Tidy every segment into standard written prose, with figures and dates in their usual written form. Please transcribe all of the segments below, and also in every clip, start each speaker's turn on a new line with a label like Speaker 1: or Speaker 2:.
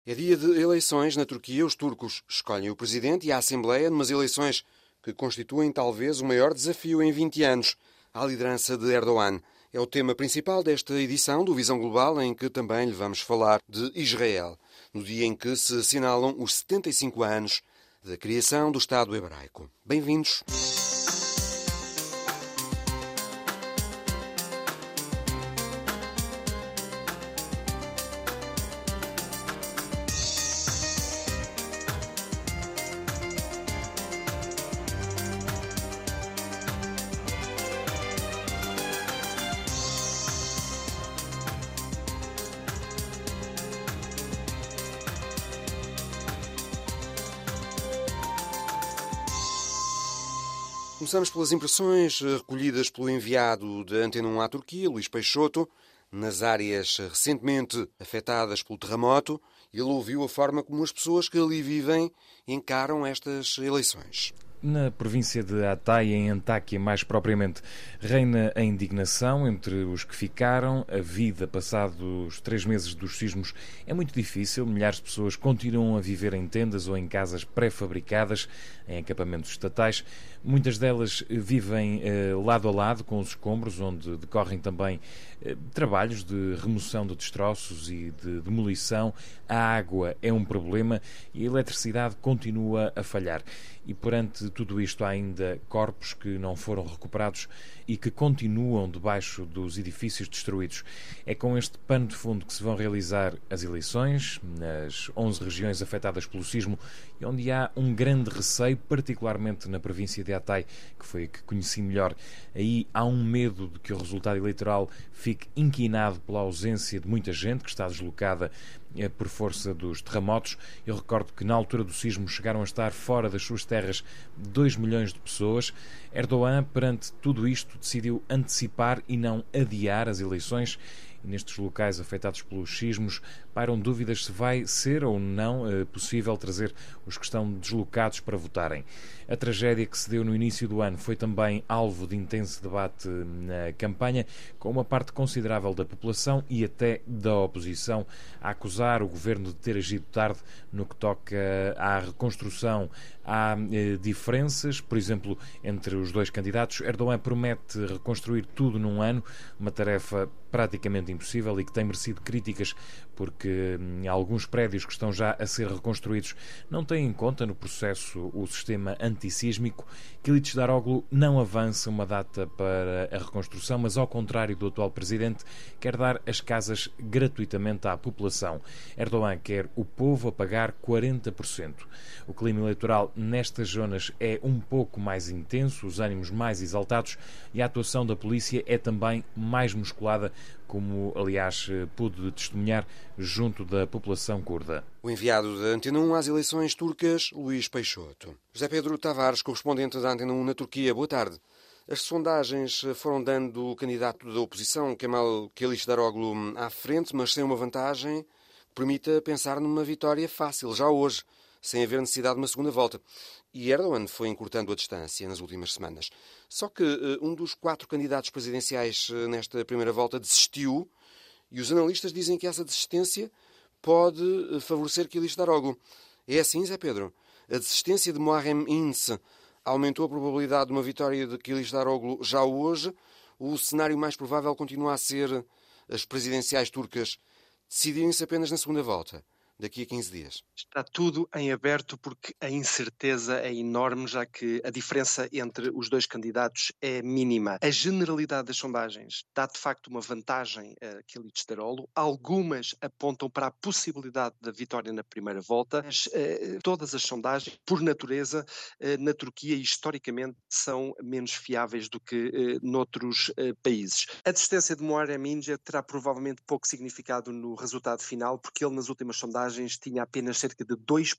Speaker 1: É dia de eleições na Turquia. Os turcos escolhem o presidente e a Assembleia numas eleições que constituem talvez o maior desafio em 20 anos à liderança de Erdogan. É o tema principal desta edição do Visão Global, em que também lhe vamos falar de Israel, no dia em que se assinalam os 75 anos da criação do Estado hebraico. Bem-vindos. Começamos pelas impressões recolhidas pelo enviado da Antena 1 à Turquia, Luís Peixoto, nas áreas recentemente afetadas pelo terremoto. Ele ouviu a forma como as pessoas que ali vivem encaram estas eleições.
Speaker 2: Na província de Hatay, em Antáquia mais propriamente, reina a indignação entre os que ficaram. A vida, passados os 3 meses dos sismos, é muito difícil. Milhares de pessoas continuam a viver em tendas ou em casas pré-fabricadas, em acampamentos estatais. Muitas delas vivem lado a lado com os escombros, onde decorrem também trabalhos de remoção de destroços e de demolição. A água é um problema e a eletricidade continua a falhar. E perante tudo isto há ainda corpos que não foram recuperados e que continuam debaixo dos edifícios destruídos. É com este pano de fundo que se vão realizar as eleições nas 11 regiões afetadas pelo sismo e onde há um grande receio, particularmente na província de Hatay, que foi a que conheci melhor. Aí há um medo de que o resultado eleitoral fique inquinado pela ausência de muita gente que está deslocada por força dos terremotos. Eu recordo que na altura do sismo chegaram a estar fora das suas terras 2 milhões de pessoas. Erdogan, perante tudo isto, decidiu antecipar e não adiar as eleições. E nestes locais afetados pelos sismos pairam dúvidas se vai ser ou não possível trazer os que estão deslocados para votarem. A tragédia que se deu no início do ano foi também alvo de intenso debate na campanha, com uma parte considerável da população e até da oposição a acusar o governo de ter agido tarde no que toca à reconstrução. Há diferenças, por exemplo, entre os dois candidatos. Erdogan promete reconstruir tudo num ano, uma tarefa praticamente impossível e que tem merecido críticas porque alguns prédios que estão já a ser reconstruídos não têm em conta no processo o sistema antissísmico. Kılıçdaroğlu não avança uma data para a reconstrução, mas ao contrário do atual presidente, quer dar as casas gratuitamente à população. Erdogan quer o povo a pagar 40%. O clima eleitoral nestas zonas é um pouco mais intenso, os ânimos mais exaltados e a atuação da polícia é também mais musculada, como aliás pude testemunhar junto da população curda.
Speaker 1: O enviado da Antena 1 às eleições turcas, Luís Peixoto. José Pedro Tavares, correspondente da Antena 1 na Turquia. Boa tarde. As sondagens foram dando o candidato da oposição, Kemal Kılıçdaroğlu, à frente, mas sem uma vantagem que permita pensar numa vitória fácil, já hoje, sem haver necessidade de uma segunda volta. E Erdogan foi encurtando a distância nas últimas semanas. Só que um dos 4 candidatos presidenciais nesta primeira volta desistiu e os analistas dizem que essa desistência pode favorecer Kılıçdaroğlu. É assim, Zé Pedro? A desistência de Muharrem İnce aumentou a probabilidade de uma vitória de Kılıçdaroğlu já hoje? O cenário mais provável continua a ser as presidenciais turcas decidirem-se apenas na segunda volta, daqui a 15 dias?
Speaker 3: Está tudo em aberto porque a incerteza é enorme, já que a diferença entre os dois candidatos é mínima. A generalidade das sondagens dá de facto uma vantagem a Kılıçdaroğlu. Algumas apontam para a possibilidade da vitória na primeira volta, mas todas as sondagens, por natureza, na Turquia historicamente são menos fiáveis do que noutros países. A desistência de Muharrem İnce terá provavelmente pouco significado no resultado final, porque ele nas últimas sondagens tinha apenas cerca de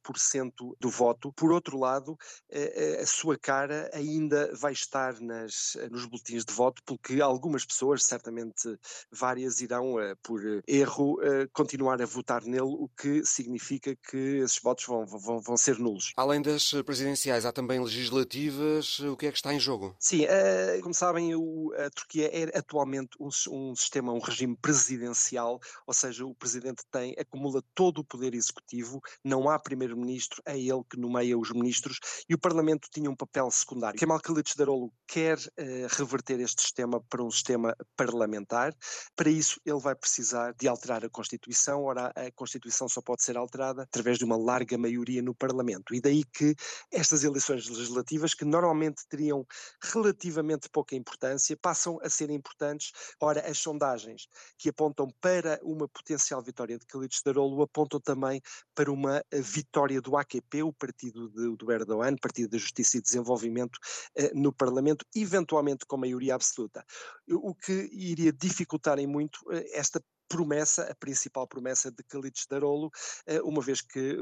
Speaker 3: 2% do voto. Por outro lado, a sua cara ainda vai estar nos boletins de voto, porque algumas pessoas, certamente várias, irão, por erro, continuar a votar nele, o que significa que esses votos vão ser nulos.
Speaker 1: Além das presidenciais, há também legislativas. O que é que está em jogo?
Speaker 3: Sim, como sabem, a Turquia é atualmente um regime presidencial, ou seja, o presidente acumula todo o poder executivo, não há primeiro-ministro, é ele que nomeia os ministros e o Parlamento tinha um papel secundário. Kemal Kılıçdaroğlu quer reverter este sistema para um sistema parlamentar. Para isso, ele vai precisar de alterar a Constituição. Ora, a Constituição só pode ser alterada através de uma larga maioria no Parlamento. E daí que estas eleições legislativas, que normalmente teriam relativamente pouca importância, passam a ser importantes. Ora, as sondagens que apontam para uma potencial vitória de Kılıçdaroğlu apontam também para uma vitória do AKP, o partido do Erdogan, Partido da Justiça e Desenvolvimento, no Parlamento, eventualmente com maioria absoluta. O que iria dificultar em muito esta promessa, a principal promessa de Kılıçdaroğlu, uma vez que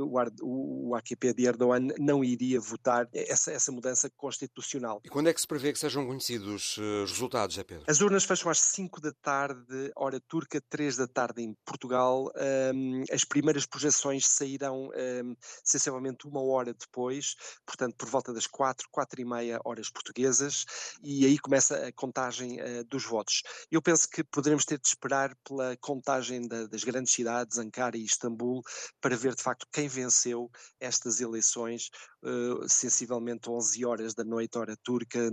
Speaker 3: o AKP de Erdogan não iria votar essa mudança constitucional.
Speaker 1: E quando é que se prevê que sejam conhecidos os resultados, José Pedro?
Speaker 3: As urnas fecham às 5 da tarde, hora turca, 3 da tarde em Portugal. As primeiras projeções sairão sensivelmente uma hora depois, portanto por volta das 4h30 horas portuguesas, e aí começa a contagem dos votos. Eu penso que poderemos ter de esperar pela contagem das grandes cidades, Ankara e Istambul, para ver de facto quem venceu estas eleições, sensivelmente 11 horas da noite, hora turca,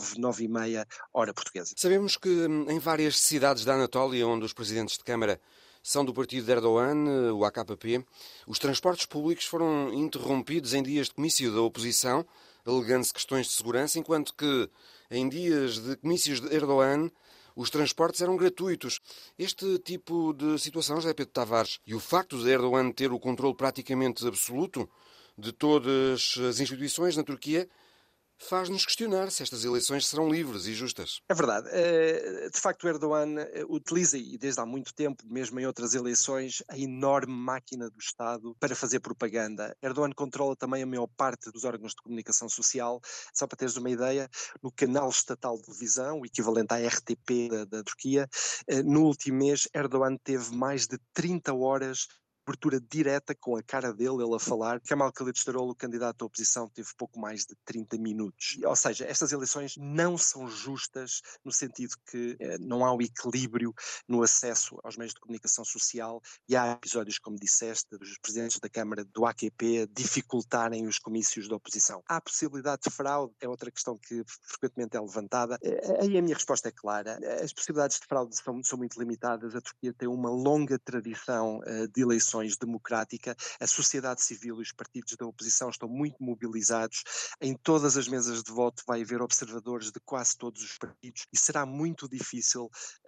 Speaker 3: 9h30, hora portuguesa.
Speaker 1: Sabemos que em várias cidades da Anatólia, onde os presidentes de Câmara são do partido de Erdogan, o AKP, os transportes públicos foram interrompidos em dias de comício da oposição, alegando-se questões de segurança, enquanto que em dias de comícios de Erdogan os transportes eram gratuitos. Este tipo de situação, José Pedro Tavares, e o facto de Erdogan ter o controle praticamente absoluto de todas as instituições na Turquia, faz-nos questionar se estas eleições serão livres e justas.
Speaker 3: É verdade. De facto, Erdogan utiliza, e desde há muito tempo, mesmo em outras eleições, a enorme máquina do Estado para fazer propaganda. Erdogan controla também a maior parte dos órgãos de comunicação social. Só para teres uma ideia, no canal estatal de televisão, o equivalente à RTP da Turquia, no último mês, Erdogan teve mais de 30 horas cobertura direta com a cara dele, ele a falar. Kemal Kılıçdaroğlu, o candidato da oposição, teve pouco mais de 30 minutos. Ou seja, estas eleições não são justas no sentido que não há o equilíbrio no acesso aos meios de comunicação social e há episódios, como disseste, dos presidentes da Câmara do AKP dificultarem os comícios da oposição. Há a possibilidade de fraude, é outra questão que frequentemente é levantada. Aí a minha resposta é clara. As possibilidades de fraude são muito limitadas. A Turquia tem uma longa tradição de eleições democrática, a sociedade civil e os partidos da oposição estão muito mobilizados. Em todas as mesas de voto vai haver observadores de quase todos os partidos e será muito difícil,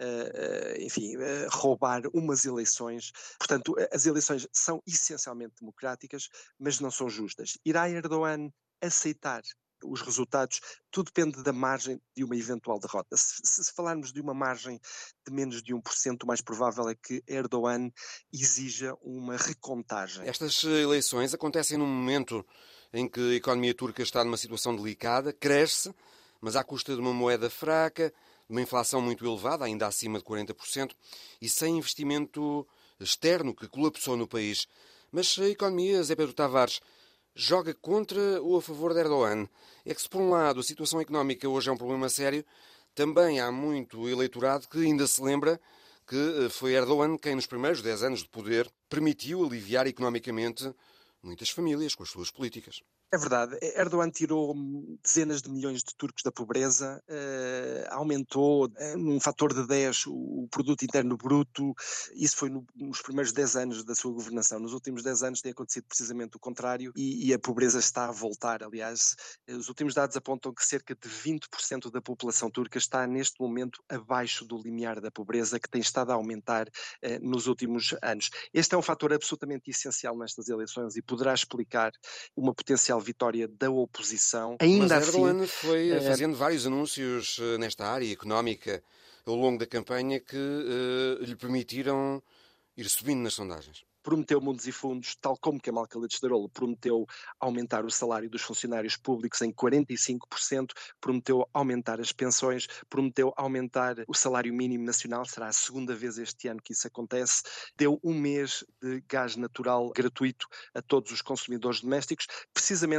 Speaker 3: roubar umas eleições. Portanto, as eleições são essencialmente democráticas, mas não são justas. Irá Erdogan aceitar os resultados? Tudo depende da margem de uma eventual derrota. Se falarmos de uma margem de menos de 1%, o mais provável é que Erdogan exija uma recontagem.
Speaker 1: Estas eleições acontecem num momento em que a economia turca está numa situação delicada, cresce, mas à custa de uma moeda fraca, de uma inflação muito elevada, ainda acima de 40%, e sem investimento externo que colapsou no país. Mas a economia, José Pedro Tavares, joga contra ou a favor de Erdogan? É que se por um lado a situação económica hoje é um problema sério, também há muito eleitorado que ainda se lembra que foi Erdogan quem nos primeiros 10 anos de poder permitiu aliviar economicamente muitas famílias com as suas políticas.
Speaker 3: É verdade. Erdogan tirou dezenas de milhões de turcos da pobreza, aumentou num fator de 10 o produto interno bruto. Isso foi nos primeiros 10 anos da sua governação. Nos últimos 10 anos tem acontecido precisamente o contrário e a pobreza está a voltar. Aliás, os últimos dados apontam que cerca de 20% da população turca está neste momento abaixo do limiar da pobreza, que tem estado a aumentar nos últimos anos. Este é um fator absolutamente essencial nestas eleições e poderá explicar uma potencial vitória da oposição.
Speaker 1: Ainda mas Erdogan assim, foi fazendo vários anúncios nesta área económica ao longo da campanha que lhe permitiram ir subindo nas sondagens.
Speaker 3: Prometeu mundos e fundos, tal como Kemal Kılıçdaroğlu prometeu aumentar o salário dos funcionários públicos em 45%, prometeu aumentar as pensões, prometeu aumentar o salário mínimo nacional, será a segunda vez este ano que isso acontece, deu um mês de gás natural gratuito a todos os consumidores domésticos, precisamente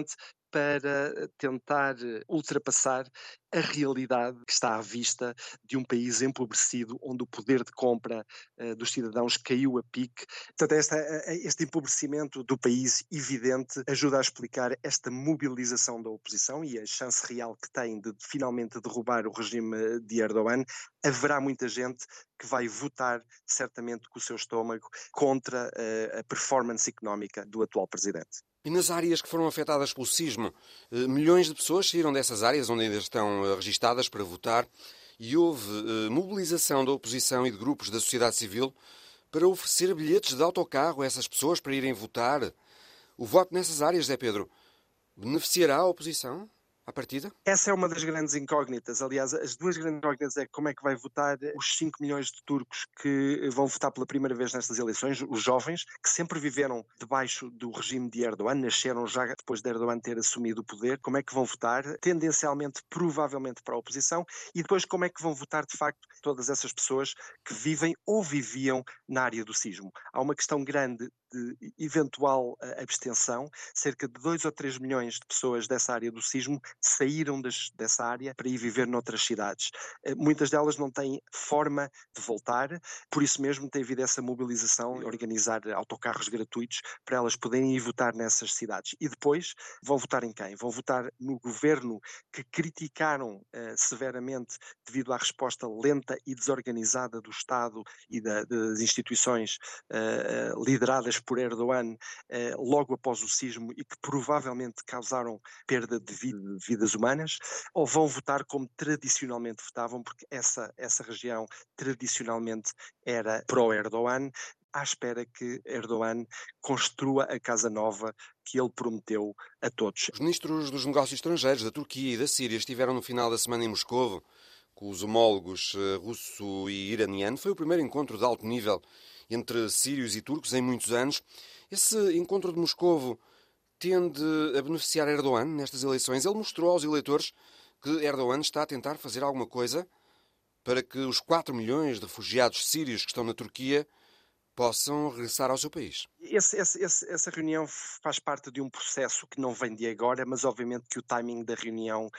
Speaker 3: para tentar ultrapassar a realidade que está à vista de um país empobrecido, onde o poder de compra dos cidadãos caiu a pique. Portanto, este empobrecimento do país evidente ajuda a explicar esta mobilização da oposição e a chance real que tem de finalmente derrubar o regime de Erdogan. Haverá muita gente que vai votar, certamente com o seu estômago, contra a performance económica do atual presidente.
Speaker 1: E nas áreas que foram afetadas pelo sismo, milhões de pessoas saíram dessas áreas onde ainda estão registadas para votar e houve mobilização da oposição e de grupos da sociedade civil para oferecer bilhetes de autocarro a essas pessoas para irem votar. O voto nessas áreas, Zé Pedro, beneficiará a oposição à partida?
Speaker 3: Essa é uma das grandes incógnitas. Aliás, as duas grandes incógnitas é como é que vai votar os 5 milhões de turcos que vão votar pela primeira vez nestas eleições, os jovens, que sempre viveram debaixo do regime de Erdogan, nasceram já depois de Erdogan ter assumido o poder, como é que vão votar, tendencialmente, provavelmente para a oposição, e depois como é que vão votar, de facto, todas essas pessoas que vivem ou viviam na área do sismo. Há uma questão grande de eventual abstenção, cerca de 2 ou 3 milhões de pessoas dessa área do sismo saíram dessa área para ir viver noutras cidades. Muitas delas não têm forma de voltar, por isso mesmo tem havido essa mobilização, organizar autocarros gratuitos para elas poderem ir votar nessas cidades. E depois vão votar em quem? Vão votar no governo que criticaram severamente devido à resposta lenta e desorganizada do Estado e das instituições lideradas por Erdogan logo após o sismo e que provavelmente causaram perda de vidas humanas, ou vão votar como tradicionalmente votavam, porque essa região tradicionalmente era pró-Erdogan, à espera que Erdogan construa a casa nova que ele prometeu a todos.
Speaker 1: Os ministros dos negócios estrangeiros da Turquia e da Síria estiveram no final da semana em Moscovo com os homólogos russo e iraniano. Foi o primeiro encontro de alto nível entre sírios e turcos em muitos anos. Esse encontro de Moscovo tende a beneficiar Erdogan nestas eleições. Ele mostrou aos eleitores que Erdogan está a tentar fazer alguma coisa para que os 4 milhões de refugiados sírios que estão na Turquia possam regressar ao seu país.
Speaker 3: Essa reunião faz parte de um processo que não vem de agora, mas obviamente que o timing da reunião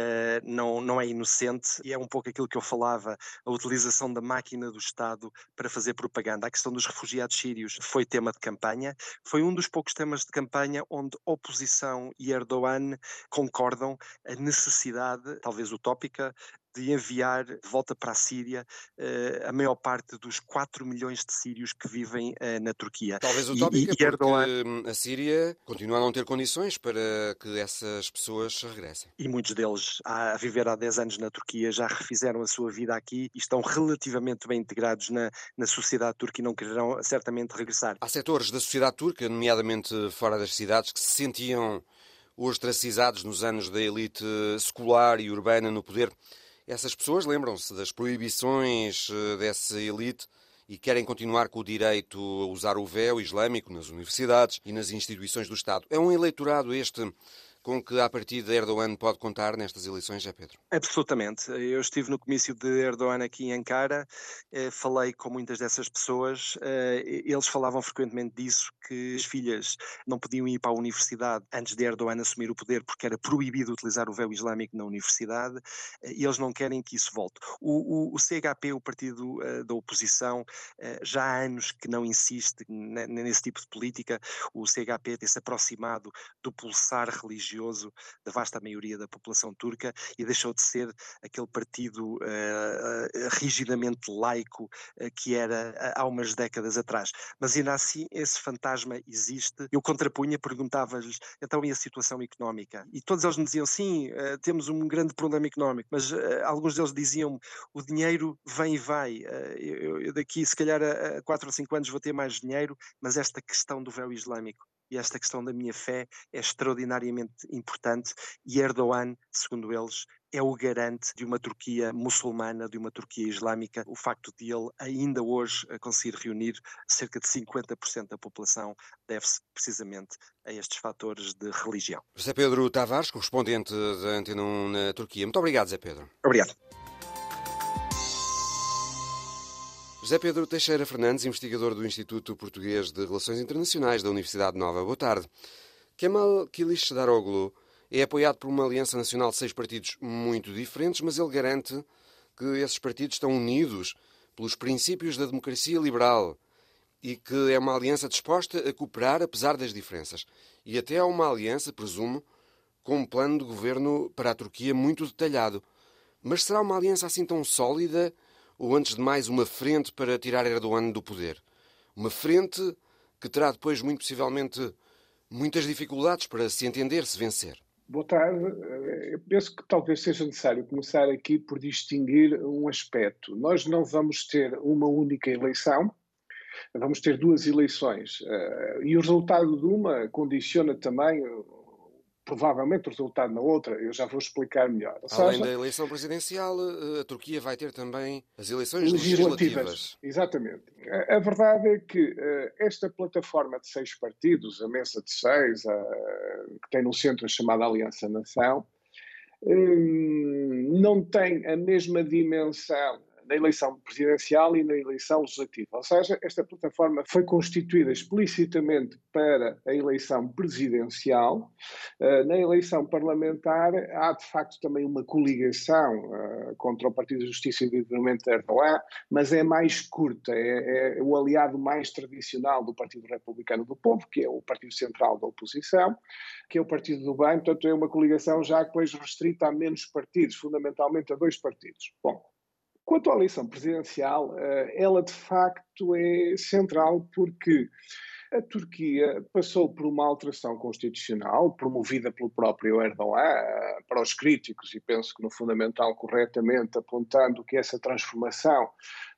Speaker 3: não é inocente e é um pouco aquilo que eu falava, a utilização da máquina do Estado para fazer propaganda. A questão dos refugiados sírios foi tema de campanha, foi um dos poucos temas de campanha onde oposição e Erdogan concordam a necessidade, talvez utópica, de enviar de volta para a Síria a maior parte dos 4 milhões de sírios que vivem na Turquia.
Speaker 1: Talvez utópica, porque Erdogan... a Síria continua a não ter condições para que essas pessoas regressem.
Speaker 3: E muitos deles, a viver há 10 anos na Turquia, já refizeram a sua vida aqui e estão relativamente bem integrados na sociedade turca e não quererão certamente regressar.
Speaker 1: Há setores da sociedade turca, nomeadamente fora das cidades, que se sentiam ostracizados nos anos da elite secular e urbana no poder. Essas pessoas lembram-se das proibições dessa elite e querem continuar com o direito a usar o véu islâmico nas universidades e nas instituições do Estado. É um eleitorado este com que, a partir de Erdogan, pode contar nestas eleições, é Pedro?
Speaker 3: Absolutamente. Eu estive no comício de Erdogan aqui em Ankara, falei com muitas dessas pessoas, eles falavam frequentemente disso, que as filhas não podiam ir para a universidade antes de Erdogan assumir o poder porque era proibido utilizar o véu islâmico na universidade e eles não querem que isso volte. O CHP, o partido da oposição, já há anos que não insiste nesse tipo de política. O CHP tem-se aproximado do pulsar religioso da vasta maioria da população turca e deixou de ser aquele partido rigidamente laico que era há umas décadas atrás. Mas ainda assim esse fantasma existe. Eu contrapunha, perguntava-lhes então e a situação económica? E todos eles me diziam sim, temos um grande problema económico, mas alguns deles diziam o dinheiro vem e vai. Eu daqui se calhar a 4 ou 5 anos vou ter mais dinheiro, mas esta questão do véu islâmico e esta questão da minha fé é extraordinariamente importante e Erdogan, segundo eles, é o garante de uma Turquia muçulmana, de uma Turquia islâmica. O facto de ele ainda hoje conseguir reunir cerca de 50% da população deve-se precisamente a estes fatores de religião.
Speaker 1: José Pedro Tavares, correspondente da Antena 1 na Turquia. Muito obrigado, José Pedro.
Speaker 3: Obrigado.
Speaker 1: José Pedro Teixeira Fernandes, investigador do Instituto Português de Relações Internacionais da Universidade Nova. Boa tarde. Kemal Kılıçdaroğlu é apoiado por uma aliança nacional de 6 partidos muito diferentes, mas ele garante que esses partidos estão unidos pelos princípios da democracia liberal e que é uma aliança disposta a cooperar apesar das diferenças. E até há uma aliança, presumo, com um plano de governo para a Turquia muito detalhado. Mas será uma aliança assim tão sólida ou, antes de mais, uma frente para tirar Erdogan do poder? Uma frente que terá depois, muito possivelmente, muitas dificuldades para se entender, se vencer.
Speaker 4: Boa tarde. Eu penso que talvez seja necessário começar aqui por distinguir um aspecto. Nós não vamos ter uma única eleição, vamos ter 2 eleições. E o resultado de uma condiciona também, provavelmente, o resultado na outra. Eu já vou explicar melhor.
Speaker 1: Além da eleição presidencial, a Turquia vai ter também as eleições legislativas.
Speaker 4: Exatamente. A verdade é que esta plataforma de 6 partidos, a mesa de 6, que tem no centro a chamada Aliança Nação, não tem a mesma dimensão na eleição presidencial e na eleição legislativa. Ou seja, esta plataforma foi constituída explicitamente para a eleição presidencial. Na eleição parlamentar há, de facto, também uma coligação contra o Partido da Justiça e Desenvolvimento de Erdogan, mas é mais curta, é o aliado mais tradicional do Partido Republicano do Povo, que é o partido central da oposição, que é o Partido do Bem, portanto é uma coligação já depois restrita a menos partidos, fundamentalmente a 2 partidos. Bom, quanto à eleição presidencial, ela de facto é central porque a Turquia passou por uma alteração constitucional promovida pelo próprio Erdogan, para os críticos, e penso que no fundamental corretamente, apontando que essa transformação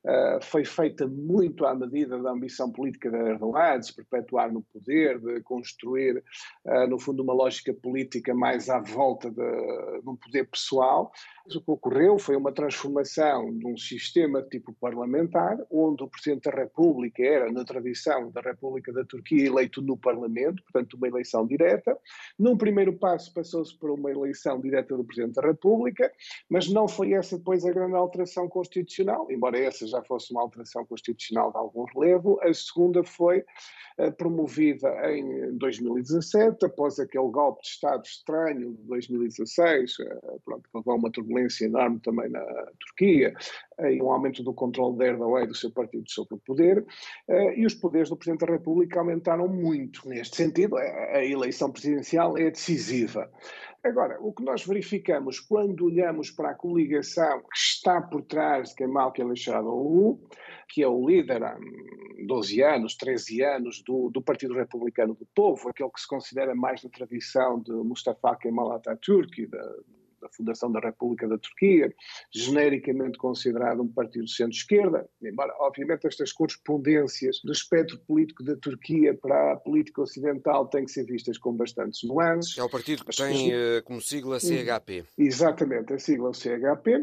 Speaker 4: foi feita muito à medida da ambição política de Erdogan, de se perpetuar no poder, de construir, no fundo, uma lógica política mais à volta de um poder pessoal. Mas o que ocorreu foi uma transformação de um sistema de tipo parlamentar, onde o Presidente da República era, na tradição da República da Turquia, eleito no Parlamento, portanto uma eleição direta. Num primeiro passo passou-se por uma eleição direta do Presidente da República, mas não foi essa depois a grande alteração constitucional, embora essa já fosse uma alteração constitucional de algum relevo. A segunda foi promovida em 2017, após aquele golpe de Estado estranho de 2016, pronto, que levou a uma turbulência enorme também na Turquia, e um aumento do controle de Erdogan e do seu partido sobre o poder, e os poderes do Presidente da República aumentaram muito. Neste sentido, a eleição presidencial é decisiva. Agora, o que nós verificamos quando olhamos para a coligação que está por trás de Kemal Kılıçdaroğlu, que é o líder há 12 anos, 13 anos do Partido Republicano do Povo, aquele que se considera mais da tradição de Mustafa Kemal Atatürk e da fundação da República da Turquia, genericamente considerado um partido de centro-esquerda, embora, obviamente, estas correspondências do espectro político da Turquia para a política ocidental têm que ser vistas com bastantes nuances.
Speaker 1: É o partido que tem como sigla CHP.
Speaker 4: Exatamente, a sigla CHP,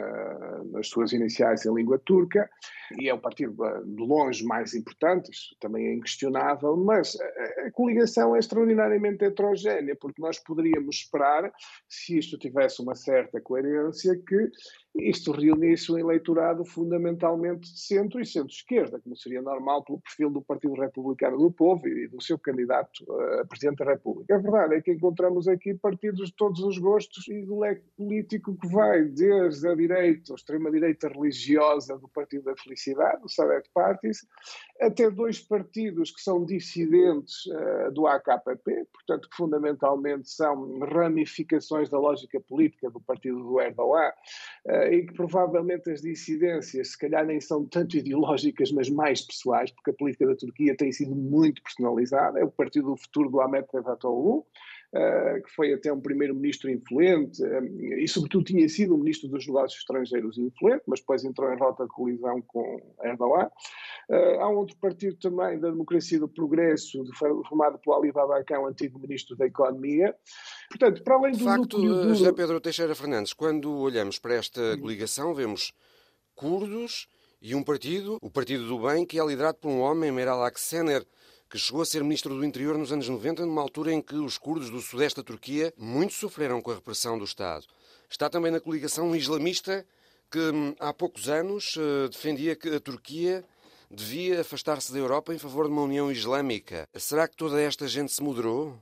Speaker 4: nas suas iniciais em língua turca, e é o partido de longe mais importante, isso também é inquestionável, mas a coligação é extraordinariamente heterogénea, porque nós poderíamos esperar, se isto tivesse uma certa coerência, que isto reunisse um eleitorado fundamentalmente de centro e centro-esquerda, como seria normal pelo perfil do Partido Republicano do Povo e do seu candidato a Presidente da República. A verdade é que encontramos aqui partidos de todos os gostos e do leque político que vai desde a direita, a extrema-direita religiosa do Partido da Felicidade, o Saadet Partisi, até 2 partidos que são dissidentes do AKP, portanto que fundamentalmente são ramificações da lógica política do partido do Erdogan, e que provavelmente as dissidências se calhar nem são tanto ideológicas, mas mais pessoais, porque a política da Turquia tem sido muito personalizada. É o partido do futuro do Ahmet Davutoglu, que foi até um primeiro-ministro influente e sobretudo tinha sido um ministro dos negócios estrangeiros influente, mas depois entrou em rota de colisão com Erdogan. Há um outro partido também da Democracia e do Progresso, formado pelo Ali Babacan, antigo ministro da Economia. Portanto, para além do
Speaker 1: núcleo duro... José Pedro Teixeira Fernandes, quando olhamos para esta coligação, vemos curdos e um partido, o Partido do Bem, que é liderado por um homem, Meral Akşener, que chegou a ser ministro do Interior nos anos 90, numa altura em que os curdos do sudeste da Turquia muito sofreram com a repressão do Estado. Está também na coligação um islamista que há poucos anos defendia que a Turquia devia afastar-se da Europa em favor de uma União Islâmica. Será que toda esta gente se moderou?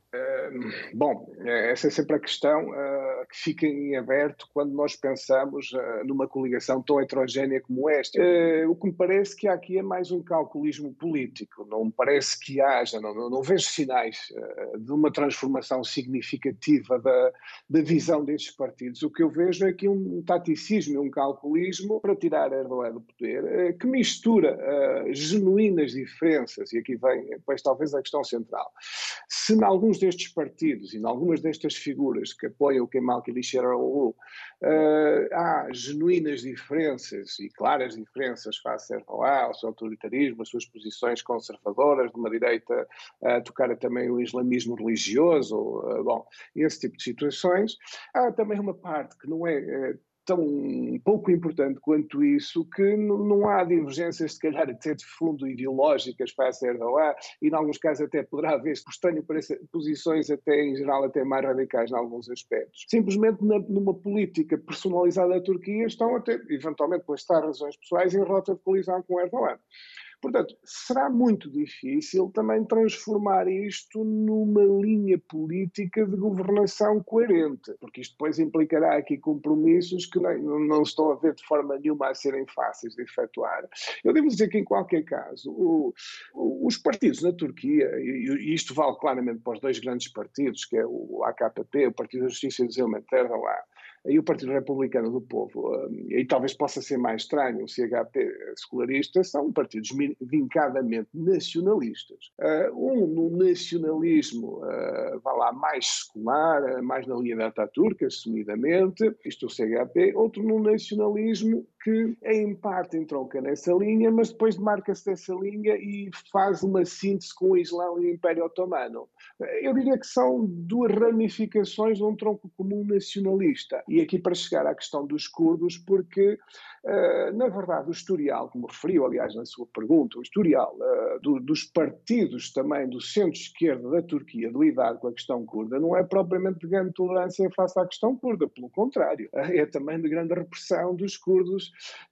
Speaker 4: Bom, essa é sempre a questão que fica em aberto quando nós pensamos numa coligação tão heterogénea como esta. O que me parece que aqui é mais um calculismo político. Não me parece que haja, não vejo sinais de uma transformação significativa da visão destes partidos. O que eu vejo é aqui um taticismo e um calculismo para tirar Erdogan do poder, que mistura genuínas diferenças, e aqui vem depois talvez a questão central. Se em alguns destes partidos e em algumas destas figuras que apoiam o Kemal Kılıçdaroğlu há genuínas diferenças e claras diferenças face a Erdogan, ao seu autoritarismo, as suas posições conservadoras, de uma direita a tocar também o islamismo religioso, bom, esse tipo de situações. Há também uma parte que não é tão pouco importante quanto isso, que não há divergências, se calhar, até de fundo ideológicas face a Erdogan, e em alguns casos até poderá haver, pois tenho posições até, em geral, até mais radicais em alguns aspectos. Simplesmente numa política personalizada da Turquia estão até, eventualmente, por estar razões pessoais, em rota de colisão com Erdogan. Portanto, será muito difícil também transformar isto numa linha política de governação coerente, porque isto depois implicará aqui compromissos que não estão a ver de forma nenhuma a serem fáceis de efetuar. Eu devo dizer que, em qualquer caso, os partidos na Turquia, e isto vale claramente para os dois grandes partidos, que é o AKP, o Partido da Justiça e do Desenvolvimento de Erdogan, e o Partido Republicano do Povo, e talvez possa ser mais estranho, o CHP secularista, são partidos vincadamente nacionalistas. No nacionalismo, vá lá, mais secular, mais na linha da Ataturk, assumidamente, isto o CHP, outro no nacionalismo que, em parte, entronca nessa linha, mas depois demarca-se dessa linha e faz uma síntese com o Islão e o Império Otomano. Eu diria que são duas ramificações de um tronco comum nacionalista. E aqui para chegar à questão dos curdos, porque, na verdade, o historial, como referiu, aliás, na sua pergunta, o historial dos partidos também do centro-esquerda da Turquia de lidar com a questão curda não é propriamente de grande tolerância face à questão curda, pelo contrário, é também de grande repressão dos curdos.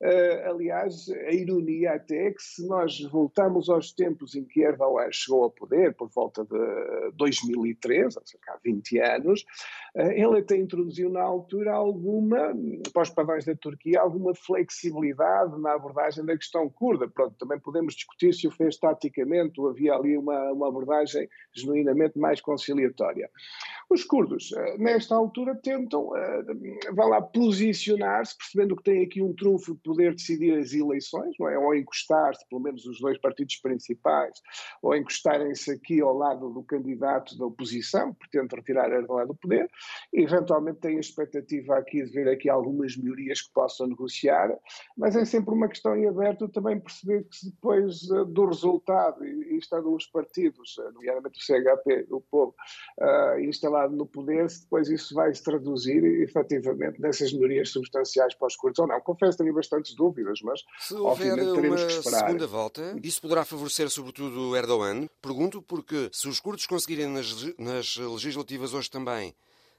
Speaker 4: Aliás, a ironia até é que se nós voltamos aos tempos em que Erdogan chegou ao poder, por volta de 2003, ou seja, há 20 anos, ele até introduziu na altura para os padrões da Turquia, alguma flexibilidade na abordagem da questão curda. Pronto, também podemos discutir se o fez taticamente ou havia ali uma abordagem genuinamente mais conciliatória. Os curdos, nesta altura, tentam, posicionar-se, percebendo que têm aqui um trunfo de poder decidir as eleições, não é? Ou encostar-se, pelo menos os dois partidos principais, ou encostarem-se aqui ao lado do candidato da oposição, que pretende retirar Erdogan do poder, e eventualmente têm a expectativa aqui de ver aqui algumas melhorias que possam negociar, mas é sempre uma questão em aberto também perceber que depois do resultado, e estando os partidos, nomeadamente o CHP, o Povo, instalado no poder, se depois isso vai se traduzir efetivamente nessas melhorias substanciais para os curdos ou não. Confesso que tenho bastantes dúvidas, mas
Speaker 1: se houver
Speaker 4: obviamente teremos
Speaker 1: uma
Speaker 4: que esperar.
Speaker 1: segunda volta, isso poderá favorecer sobretudo Erdogan? Pergunto porque se os curdos conseguirem nas legislativas hoje também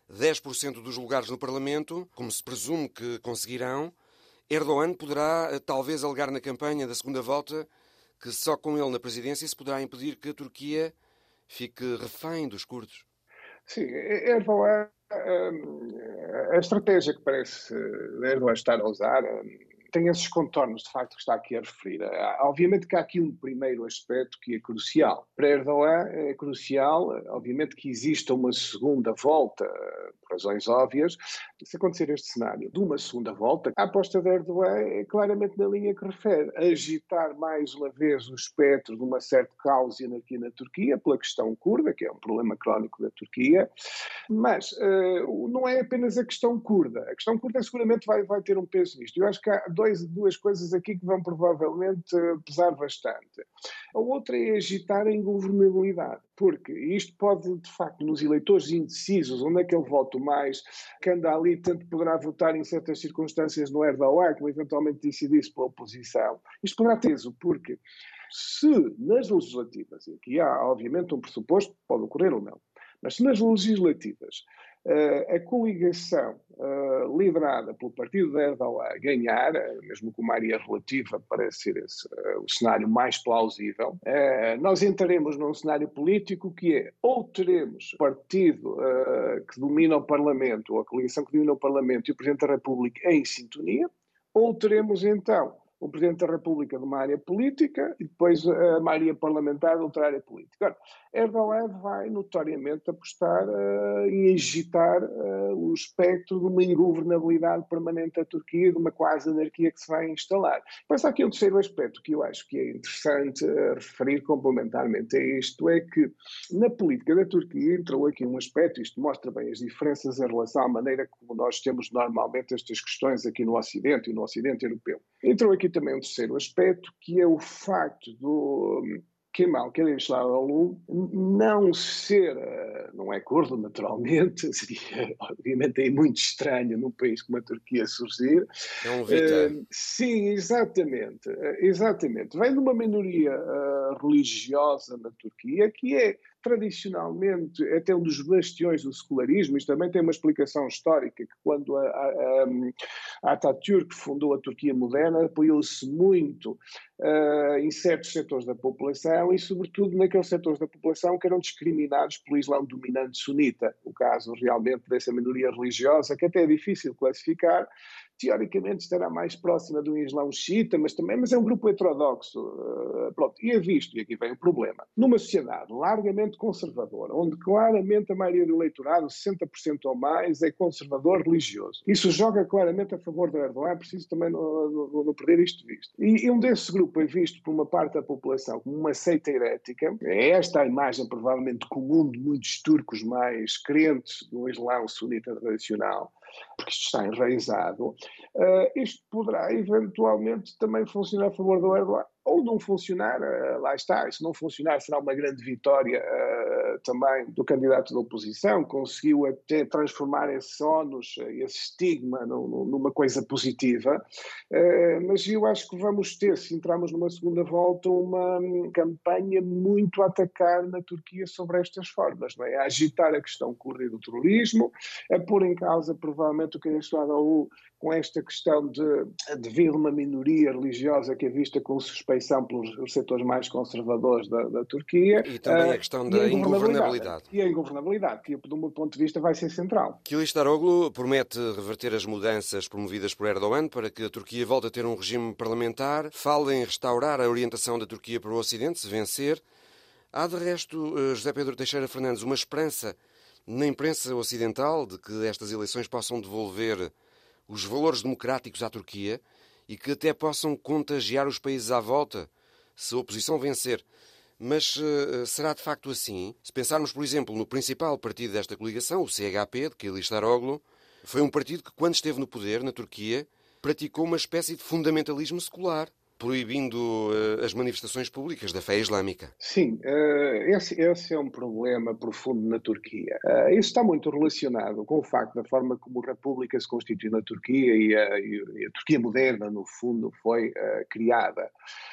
Speaker 1: 10% dos lugares no Parlamento, como se presume que conseguirão, Erdogan poderá talvez alegar na campanha da segunda volta que só com ele na presidência se poderá impedir que a Turquia fique refém dos curdos.
Speaker 4: Sim, Erdogan, a estratégia que parece Erdogan estar a usar tem esses contornos, de facto, que está aqui a referir. Obviamente que há aqui um primeiro aspecto que é crucial. Para Erdogan é crucial, obviamente, que exista uma segunda volta, por razões óbvias. Se acontecer este cenário de uma segunda volta, a aposta de Erdogan é claramente na linha que refere, agitar mais uma vez o espectro de uma certa caos e anarquia na Turquia, pela questão curda, que é um problema crónico da Turquia, mas não é apenas a questão curda. A questão curda seguramente vai ter um peso nisto. Eu acho que há duas coisas aqui que vão provavelmente pesar bastante. A outra é agitar a ingovernabilidade, porque isto pode, de facto, nos eleitores indecisos, onde é que ele vota mais, que anda ali, tanto poderá votar em certas circunstâncias no Erdogan, como eventualmente decidisse pela oposição. Isto poderá ter peso, porque se nas legislativas, e aqui há, obviamente, um pressuposto, pode ocorrer ou não, Mas se nas legislativas a coligação liderada pelo partido de Erdogan ganhar, mesmo com maioria relativa, parece ser esse o cenário mais plausível, nós entraremos num cenário político que é ou teremos o partido que domina o Parlamento, ou a coligação que domina o Parlamento e o Presidente da República em sintonia, ou teremos então o Presidente da República de uma área política e depois a maioria parlamentar de outra área política. Ora, Erdogan vai notoriamente apostar e agitar o espectro de uma ingovernabilidade permanente da Turquia, de uma quase anarquia que se vai instalar. Mas há aqui um terceiro aspecto que eu acho que é interessante referir complementarmente a isto, é que na política da Turquia entrou aqui um aspecto, isto mostra bem as diferenças em relação à maneira como nós temos normalmente estas questões aqui no Ocidente e no Ocidente europeu. Entrou aqui também um terceiro aspecto, que é o facto do Kemal Kılıçdaroğlu não ser, não é curdo naturalmente, seria obviamente aí muito estranho num país como a Turquia surgir.
Speaker 1: É um Vita.
Speaker 4: Sim, exatamente. Vem de uma minoria religiosa na Turquia que é tradicionalmente até um dos bastiões do secularismo. Isto também tem uma explicação histórica, que quando a Atatürk fundou a Turquia moderna, apoiou-se muito em certos setores da população e sobretudo naqueles setores da população que eram discriminados pelo Islão dominante sunita, o caso realmente dessa minoria religiosa, que até é difícil classificar. Teoricamente estará mais próxima do Islão xiita, mas é um grupo heterodoxo. Pronto, e é visto, e aqui vem o problema, numa sociedade largamente conservadora, onde claramente a maioria do eleitorado, 60% ou mais, é conservador religioso. Isso joga claramente a favor do Erdogan, é preciso também não perder isto de vista. E um desse grupo é visto por uma parte da população como uma seita herética. É esta a imagem provavelmente comum de muitos turcos mais crentes do Islão sunita tradicional, porque isto está enraizado. Isto poderá eventualmente também funcionar a favor do Erdogan, ou não funcionar, lá está, se não funcionar será uma grande vitória também do candidato da oposição, conseguiu até transformar esse ónus, esse estigma numa coisa positiva, mas eu acho que vamos ter, se entrarmos numa segunda volta, uma campanha muito a atacar na Turquia sobre estas formas, não é? A agitar a questão curda do terrorismo, a pôr em causa provavelmente o que é Kılıçdaroğlu com esta questão de vir uma minoria religiosa que é vista com suspeição pelos setores mais conservadores da Turquia.
Speaker 1: E também a questão da ingovernabilidade.
Speaker 4: E a ingovernabilidade, que do meu ponto de vista vai ser central.
Speaker 1: Kılıçdaroğlu promete reverter as mudanças promovidas por Erdogan para que a Turquia volte a ter um regime parlamentar, fala em restaurar a orientação da Turquia para o Ocidente, se vencer. Há de resto, José Pedro Teixeira Fernandes, uma esperança na imprensa ocidental de que estas eleições possam devolver os valores democráticos à Turquia e que até possam contagiar os países à volta, se a oposição vencer. Mas será de facto assim? Se pensarmos, por exemplo, no principal partido desta coligação, o CHP, de Kılıçdaroğlu, foi um partido que, quando esteve no poder, na Turquia, praticou uma espécie de fundamentalismo secular, proibindo as manifestações públicas da fé islâmica.
Speaker 4: Sim, esse é um problema profundo na Turquia. Isso está muito relacionado com o facto da forma como a República se constituiu na Turquia e a Turquia moderna, no fundo, foi criada.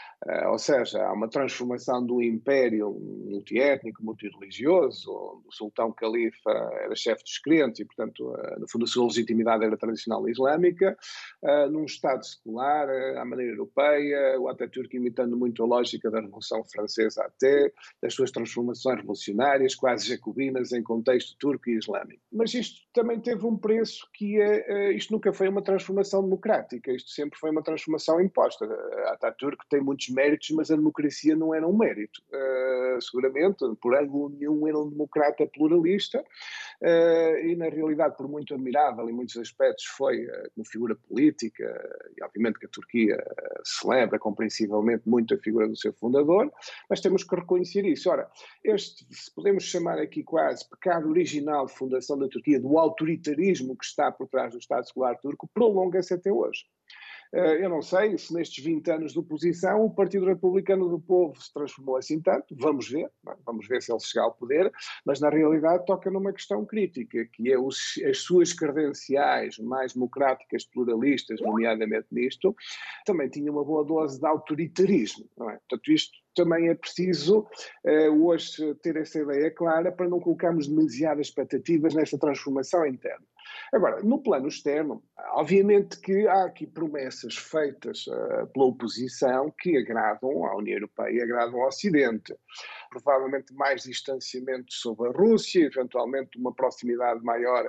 Speaker 4: Ou seja, há uma transformação do império multiétnico, multirreligioso, onde o sultão califa era chefe dos crentes e, portanto, no fundo a sua legitimidade era tradicional islâmica, num Estado secular, à maneira europeia, o Atatürk imitando muito a lógica da Revolução Francesa até, das suas transformações revolucionárias, quase jacobinas, em contexto turco e islâmico. Mas isto também teve um preço que isto nunca foi uma transformação democrática, isto sempre foi uma transformação imposta. Atatürk tem muitos méritos, mas a democracia não era um mérito. Seguramente, por ângulo nenhum, era um democrata pluralista e, na realidade, por muito admirável em muitos aspectos, foi como figura política, e obviamente que a Turquia celebra compreensivelmente muito a figura do seu fundador, mas temos que reconhecer isso. Ora, se podemos chamar aqui quase pecado original de fundação da Turquia, do autoritarismo que está por trás do Estado secular turco, prolonga-se até hoje. Eu não sei se nestes 20 anos de oposição o Partido Republicano do Povo se transformou assim tanto, vamos ver se ele chegar ao poder, mas na realidade toca numa questão crítica, que é as suas credenciais mais democráticas, pluralistas, nomeadamente nisto, também tinha uma boa dose de autoritarismo, não é? Portanto, isto também é preciso hoje ter essa ideia clara para não colocarmos demasiadas expectativas nessa transformação interna. Agora, no plano externo, obviamente que há aqui promessas feitas pela oposição que agradam à União Europeia e agradam ao Ocidente. Provavelmente mais distanciamento sobre a Rússia, eventualmente uma proximidade maior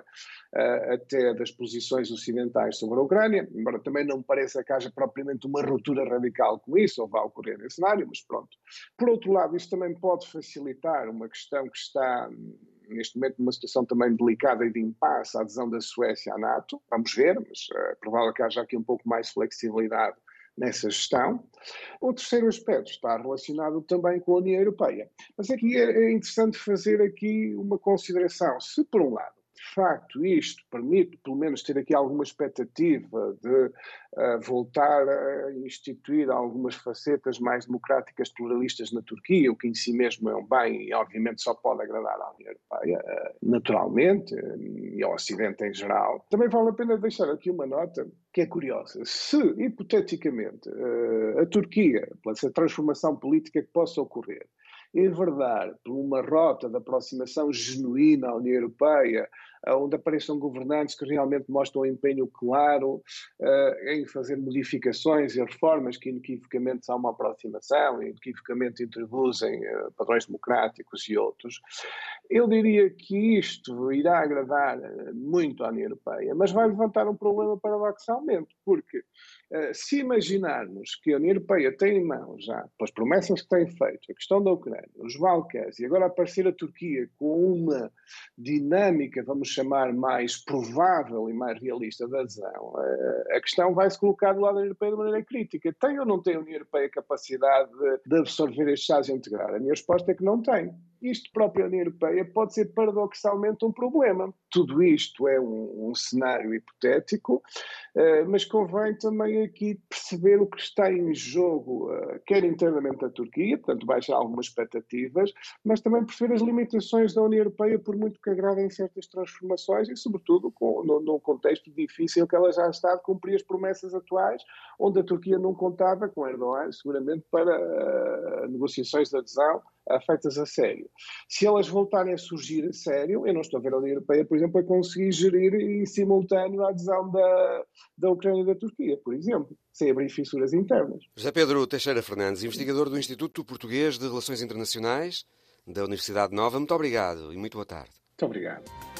Speaker 4: até das posições ocidentais sobre a Ucrânia, embora também não pareça que haja propriamente uma ruptura radical com isso, ou vá ocorrer nesse cenário, mas pronto. Por outro lado, isto também pode facilitar uma questão que está neste momento numa situação também delicada e de impasse, a adesão da Suécia à NATO. Vamos ver, mas é provável que haja aqui um pouco mais flexibilidade nessa gestão. O terceiro aspecto está relacionado também com a União Europeia. Mas aqui é interessante fazer aqui uma consideração. Se, por um lado, de facto, isto permite, pelo menos, ter aqui alguma expectativa de voltar a instituir algumas facetas mais democráticas, pluralistas na Turquia, o que em si mesmo é um bem e, obviamente, só pode agradar à União Europeia, naturalmente, e ao Ocidente em geral. Também vale a pena deixar aqui uma nota que é curiosa. Se, hipoteticamente, a Turquia, pela transformação política que possa ocorrer, enverdar por uma rota de aproximação genuína à União Europeia, onde apareçam governantes que realmente mostram um empenho claro em fazer modificações e reformas que inequivocamente são uma aproximação, inequivocamente introduzem padrões democráticos e outros, eu diria que isto irá agradar muito à União Europeia, mas vai levantar um problema paradoxalmente, porque se imaginarmos que a União Europeia tem em mãos já, pelas promessas que tem feito, a questão da Ucrânia, os Balcãs, e agora aparecer a Turquia com uma dinâmica, vamos chamar, mais provável e mais realista de adesão, a questão vai-se colocar do lado da União Europeia de maneira crítica. Tem ou não tem a União Europeia capacidade de absorver estes Estados e integrar? A minha resposta é que não tem. Isto próprio a União Europeia pode ser paradoxalmente um problema. Tudo isto é um cenário hipotético, mas convém também aqui perceber o que está em jogo, quer internamente da Turquia, portanto baixar algumas expectativas, mas também perceber as limitações da União Europeia, por muito que agradem certas transformações e, sobretudo, num contexto difícil que ela já está de cumprir as promessas atuais, onde a Turquia não contava com Erdogan, seguramente, para negociações de adesão feitas a sério. Se elas voltarem a surgir a sério, eu não estou a ver a União Europeia, por exemplo, a conseguir gerir em simultâneo a adesão da Ucrânia e da Turquia, por exemplo, sem abrir fissuras internas.
Speaker 1: José Pedro Teixeira Fernandes, investigador do Instituto Português de Relações Internacionais da Universidade Nova, muito obrigado e muito boa tarde.
Speaker 4: Muito obrigado.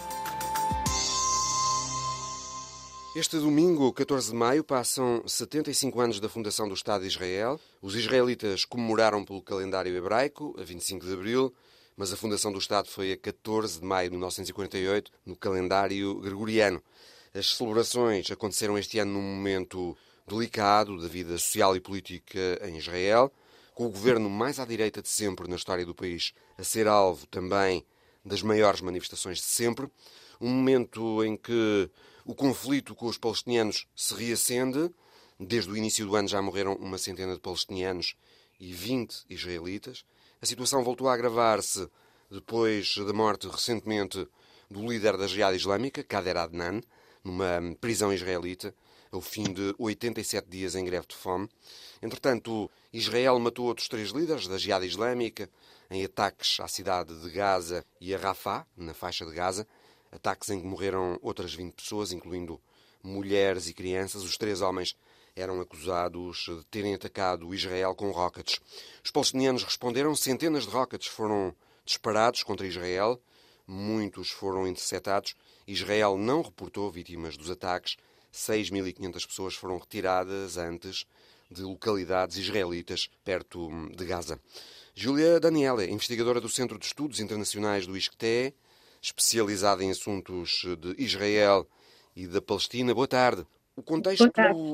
Speaker 1: Este domingo, 14 de maio, passam 75 anos da fundação do Estado de Israel. Os israelitas comemoraram pelo calendário hebraico, a 25 de abril, mas a fundação do Estado foi a 14 de maio de 1948, no calendário gregoriano. As celebrações aconteceram este ano num momento delicado da vida social e política em Israel, com o governo mais à direita de sempre na história do país a ser alvo também das maiores manifestações de sempre. Um momento em que o conflito com os palestinianos se reacende. Desde o início do ano já morreram uma centena de palestinianos e 20 israelitas. A situação voltou a agravar-se depois da morte recentemente do líder da Jihad Islâmica, Kader Adnan, numa prisão israelita, ao fim de 87 dias em greve de fome. Entretanto, Israel matou outros 3 líderes da Jihad Islâmica em ataques à cidade de Gaza e a Rafah, na faixa de Gaza, ataques em que morreram outras 20 pessoas, incluindo mulheres e crianças. Os 3 homens eram acusados de terem atacado Israel com rockets. Os palestinianos responderam, centenas de rockets foram disparados contra Israel, muitos foram interceptados. Israel não reportou vítimas dos ataques. 6.500 pessoas foram retiradas antes de localidades israelitas perto de Gaza. Júlia Daniele, investigadora do Centro de Estudos Internacionais do ISCTE, especializada em assuntos de Israel e da Palestina. Boa tarde. O contexto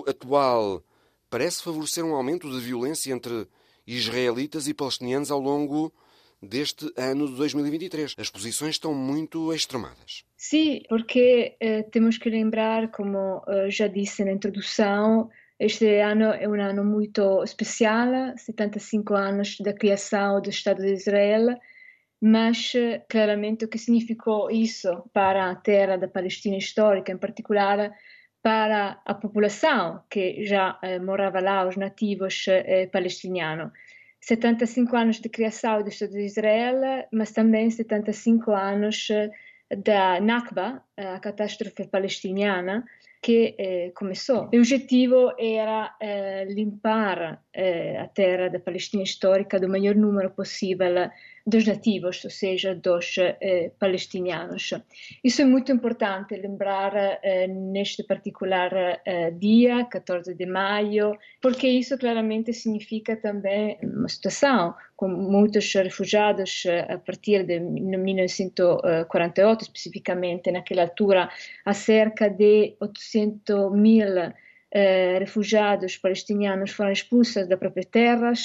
Speaker 1: atual parece favorecer um aumento de violência entre israelitas e palestinianos ao longo deste ano de 2023. As posições estão muito extremadas.
Speaker 5: Sim, porque temos que lembrar, como já disse na introdução, este ano é um ano muito especial, 75 anos da criação do Estado de Israel, mas claramente o que significou isso para a terra da Palestina histórica, em particular para a população que já morava lá, os nativos palestinianos. 75 anos de criação do Estado de Israel, mas também 75 anos da Nakba, a catástrofe palestiniana, que começou. O objetivo era limpar a terra da Palestina histórica do maior número possível dos nativos, ou seja, dos palestinianos. Isso é muito importante lembrar neste particular dia, 14 de maio, porque isso claramente significa também uma situação com muitos refugiados a partir de 1948, especificamente naquela altura, há cerca de 800.000 refugiados palestinianos foram expulsos das próprias terras,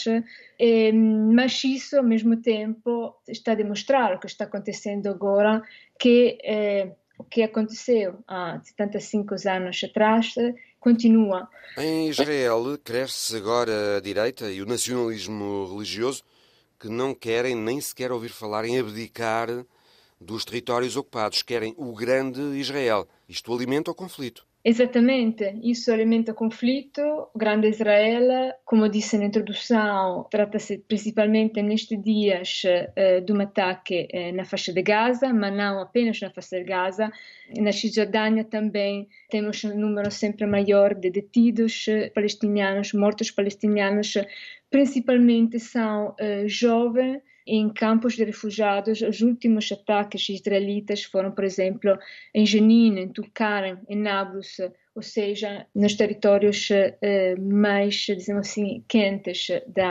Speaker 5: mas isso, ao mesmo tempo, está a demonstrar o que está acontecendo agora, que o que aconteceu há 75 anos atrás continua.
Speaker 1: Em Israel, cresce agora a direita e o nacionalismo religioso, que não querem nem sequer ouvir falar em abdicar dos territórios ocupados. Querem o grande Israel. Isto alimenta o conflito.
Speaker 5: Exatamente, isso alimenta o conflito. O grande Israel, como disse na introdução, trata-se principalmente nestes dias de um ataque na faixa de Gaza, mas não apenas na faixa de Gaza. Na Cisjordânia também temos um número sempre maior de detidos palestinianos, mortos palestinianos, principalmente são jovens em campos de refugiados. Os últimos ataques israelitas foram, por exemplo, em Jenin, em Tulkarem, em Nablus, ou seja, nos territórios mais, dizemos assim, quentes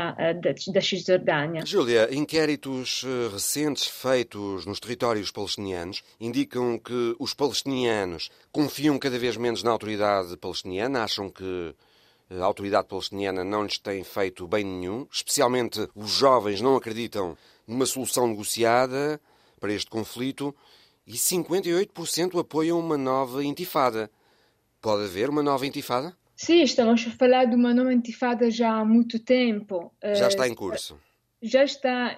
Speaker 5: da Cisjordânia.
Speaker 1: Júlia, inquéritos recentes feitos nos territórios palestinianos indicam que os palestinianos confiam cada vez menos na autoridade palestiniana, acham que a autoridade palestiniana não lhes tem feito bem nenhum, especialmente os jovens não acreditam numa solução negociada para este conflito e 58% apoiam uma nova intifada. Pode haver uma nova intifada?
Speaker 5: Sim, estamos a falar de uma nova intifada já há muito tempo.
Speaker 1: Já está em curso.
Speaker 5: Já está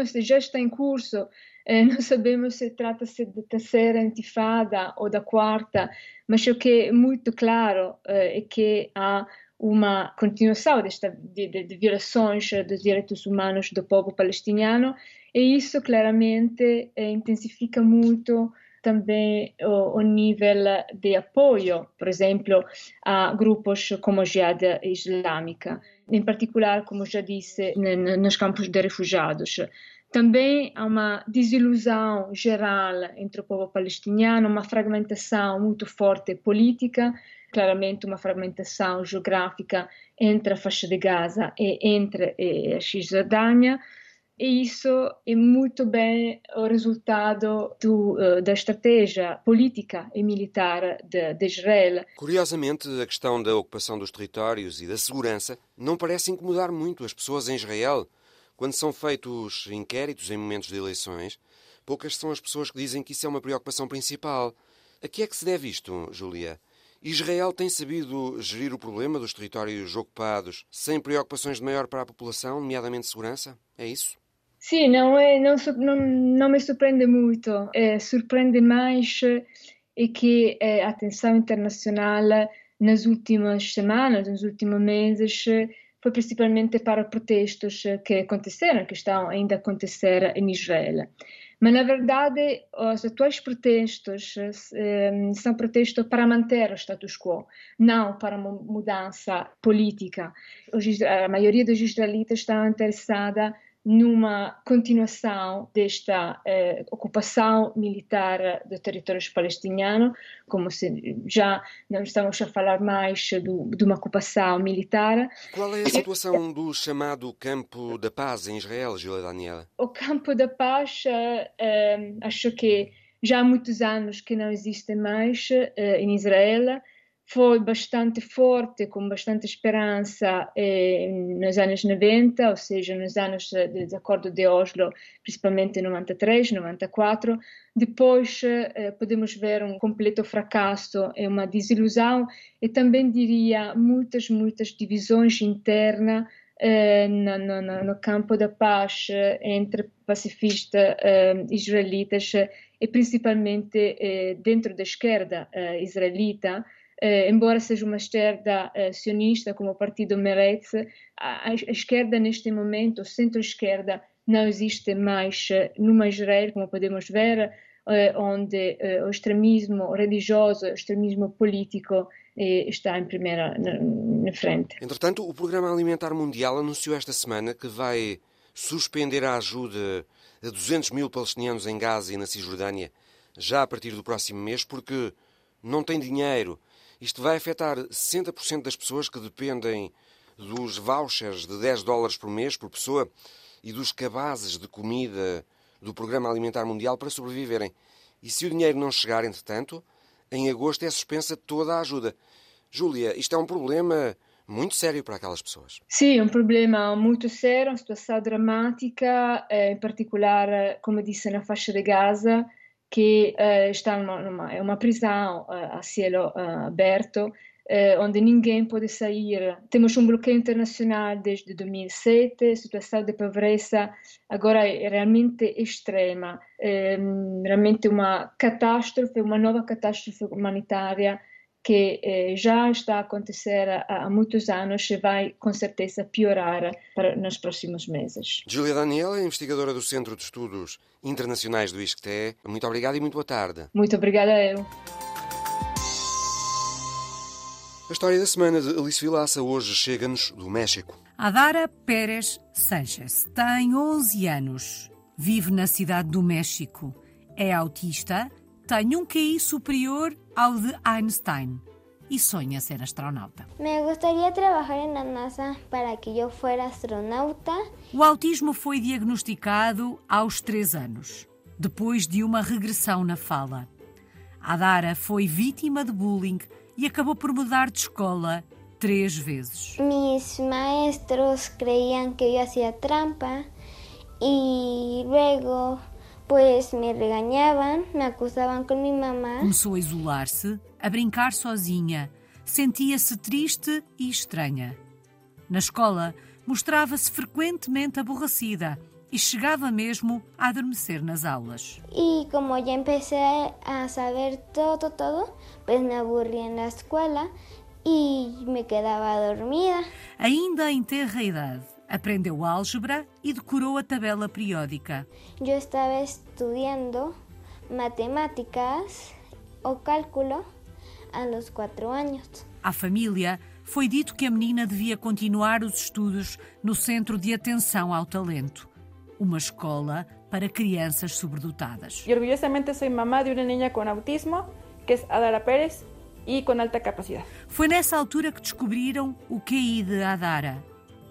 Speaker 5: em curso. Não sabemos se trata-se da terceira intifada ou da quarta, mas o que é muito claro é que há uma continuação de violações dos direitos humanos do povo palestiniano, e isso claramente intensifica muito também o nível de apoio, por exemplo, a grupos como a Jihad Islâmica, em particular, como já disse, nos campos de refugiados. Também há uma desilusão geral entre o povo palestiniano, uma fragmentação muito forte política, claramente uma fragmentação geográfica entre a faixa de Gaza e entre a Cisjordânia, e isso é muito bem o resultado da estratégia política e militar de Israel.
Speaker 1: Curiosamente, a questão da ocupação dos territórios e da segurança não parece incomodar muito as pessoas em Israel. Quando são feitos inquéritos em momentos de eleições, poucas são as pessoas que dizem que isso é uma preocupação principal. A que é que se deve isto, Júlia? Israel tem sabido gerir o problema dos territórios ocupados sem preocupações de maior para a população, nomeadamente segurança? É isso?
Speaker 5: Sim, não me surpreende muito. Surpreende mais é que a atenção internacional nas últimas semanas, nos últimos meses, foi principalmente para protestos que aconteceram, que estão ainda a acontecer em Israel. Mas, na verdade, os atuais protestos são protestos para manter o status quo, não para uma mudança política. A maioria dos israelitas está interessada numa continuação desta ocupação militar do território palestiniano, como se já não estamos a falar mais de uma ocupação militar.
Speaker 1: Qual é a situação do chamado Campo da Paz em Israel, Júlia Daniela?
Speaker 5: O Campo da Paz, acho que já há muitos anos que não existe mais em Israel. Foi bastante forte, com bastante esperança nos anos 90, ou seja, nos anos do Acordo de Oslo, principalmente em 93, 94. Depois podemos ver um completo fracasso e uma desilusão, e também diria muitas divisões internas no campo da paz entre pacifistas israelitas e principalmente dentro da esquerda israelita, embora seja uma esquerda sionista, como o partido Meretz, a esquerda neste momento, o centro-esquerda, não existe mais no Israel, como podemos ver, onde o extremismo religioso, o extremismo político está em primeira na frente.
Speaker 1: Entretanto, o Programa Alimentar Mundial anunciou esta semana que vai suspender a ajuda a 200 mil palestinianos em Gaza e na Cisjordânia já a partir do próximo mês, porque não tem dinheiro. Isto vai afetar 60% das pessoas que dependem dos vouchers de $10 por mês por pessoa e dos cabazes de comida do Programa Alimentar Mundial para sobreviverem. E se o dinheiro não chegar, entretanto, em agosto é suspensa toda a ajuda. Júlia, isto é um problema muito sério para aquelas pessoas.
Speaker 5: Sim, um problema muito sério, uma situação dramática, em particular, como disse, na faixa de Gaza, que está é uma prisão a cielo aberto, onde ninguém pode sair. Temos um bloqueio internacional desde 2007, a situação de pobreza agora é realmente extrema, realmente uma catástrofe, uma nova catástrofe humanitária que já está a acontecer há muitos anos e vai com certeza piorar nos próximos meses.
Speaker 1: Júlia Daniel é investigadora do Centro de Estudos Internacionais do ISCTE. Muito obrigado e muito boa tarde.
Speaker 5: Muito obrigada a eu.
Speaker 1: A história da semana de Alice Vilaça hoje chega-nos do México.
Speaker 6: Adara Pérez Sánchez tem 11 anos, vive na cidade do México, é autista, tem um QI superior ao de Einstein e sonha ser astronauta.
Speaker 7: Me gustaría trabajar en la NASA para que yo fuera astronauta.
Speaker 6: O autismo foi diagnosticado aos 3 anos, depois de uma regressão na fala. Adara foi vítima de bullying e acabou por mudar de escola 3 vezes.
Speaker 7: Mis maestros creían que yo hacía trampa y luego pues me regañaban, me acusaban con mi mamá.
Speaker 6: Começou a isolar-se, a brincar sozinha, sentia-se triste e estranha. Na escola, mostrava-se frequentemente aborrecida e chegava mesmo a adormecer nas aulas.
Speaker 7: Y como ya empecé a saber todo, pues me aburrí en la escuela y me quedaba dormida.
Speaker 6: Ainda em tenra idade, aprendeu álgebra e decorou a tabela periódica.
Speaker 7: Yo estaba estudiando matemáticas o cálculo a los 4 años.
Speaker 6: À família, foi dito que a menina devia continuar os estudos no Centro de Atenção ao Talento, uma escola para crianças sobredotadas.
Speaker 8: Y orgullosamente soy mamá de una niña con autismo, que es Adara Pérez, y con alta capacidad.
Speaker 6: Foi nessa altura que descobriram o QI de Adara,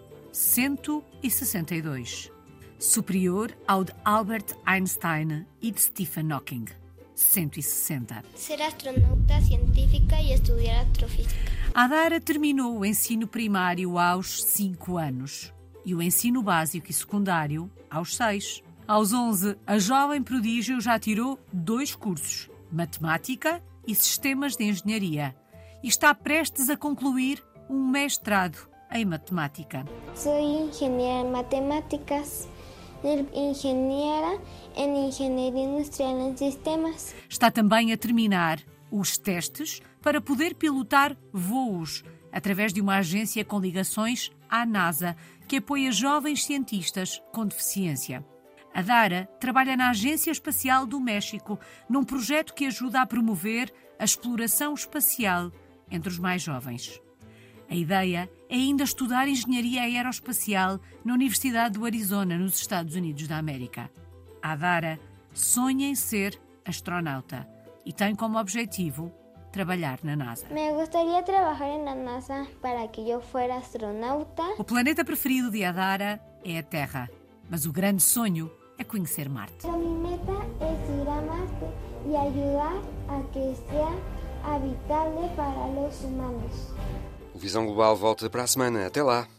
Speaker 6: 162, superior ao de Albert Einstein e de Stephen Hawking, 160.
Speaker 7: Ser astronauta científica y estudiar astrofísica.
Speaker 6: Adara terminou o ensino primário aos 5 anos e o ensino básico e secundário aos 6. Aos 11, a jovem prodígio já tirou 2 cursos, matemática e sistemas de engenharia, e está prestes a concluir um mestrado em matemática.
Speaker 7: Soy ingeniera en matemáticas, ingeniera en ingeniería industrial en sistemas.
Speaker 6: Está também a terminar os testes para poder pilotar voos através de uma agência com ligações à NASA, que apoia jovens cientistas com deficiência. Adara trabalha na Agência Espacial do México, num projeto que ajuda a promover a exploração espacial entre os mais jovens. A ideia é ainda estudar engenharia aeroespacial na Universidade do Arizona, nos Estados Unidos da América. Adara sonha em ser astronauta e tem como objetivo trabalhar na NASA.
Speaker 7: Me gustaría trabajar en la NASA para que yo fuera astronauta.
Speaker 6: O planeta preferido de Adara é a Terra, mas o grande sonho é conhecer Marte.
Speaker 7: Mi meta es ir a Marte y ayudar a que sea habitable para los humanos.
Speaker 1: O Visão Global volta para a semana. Até lá!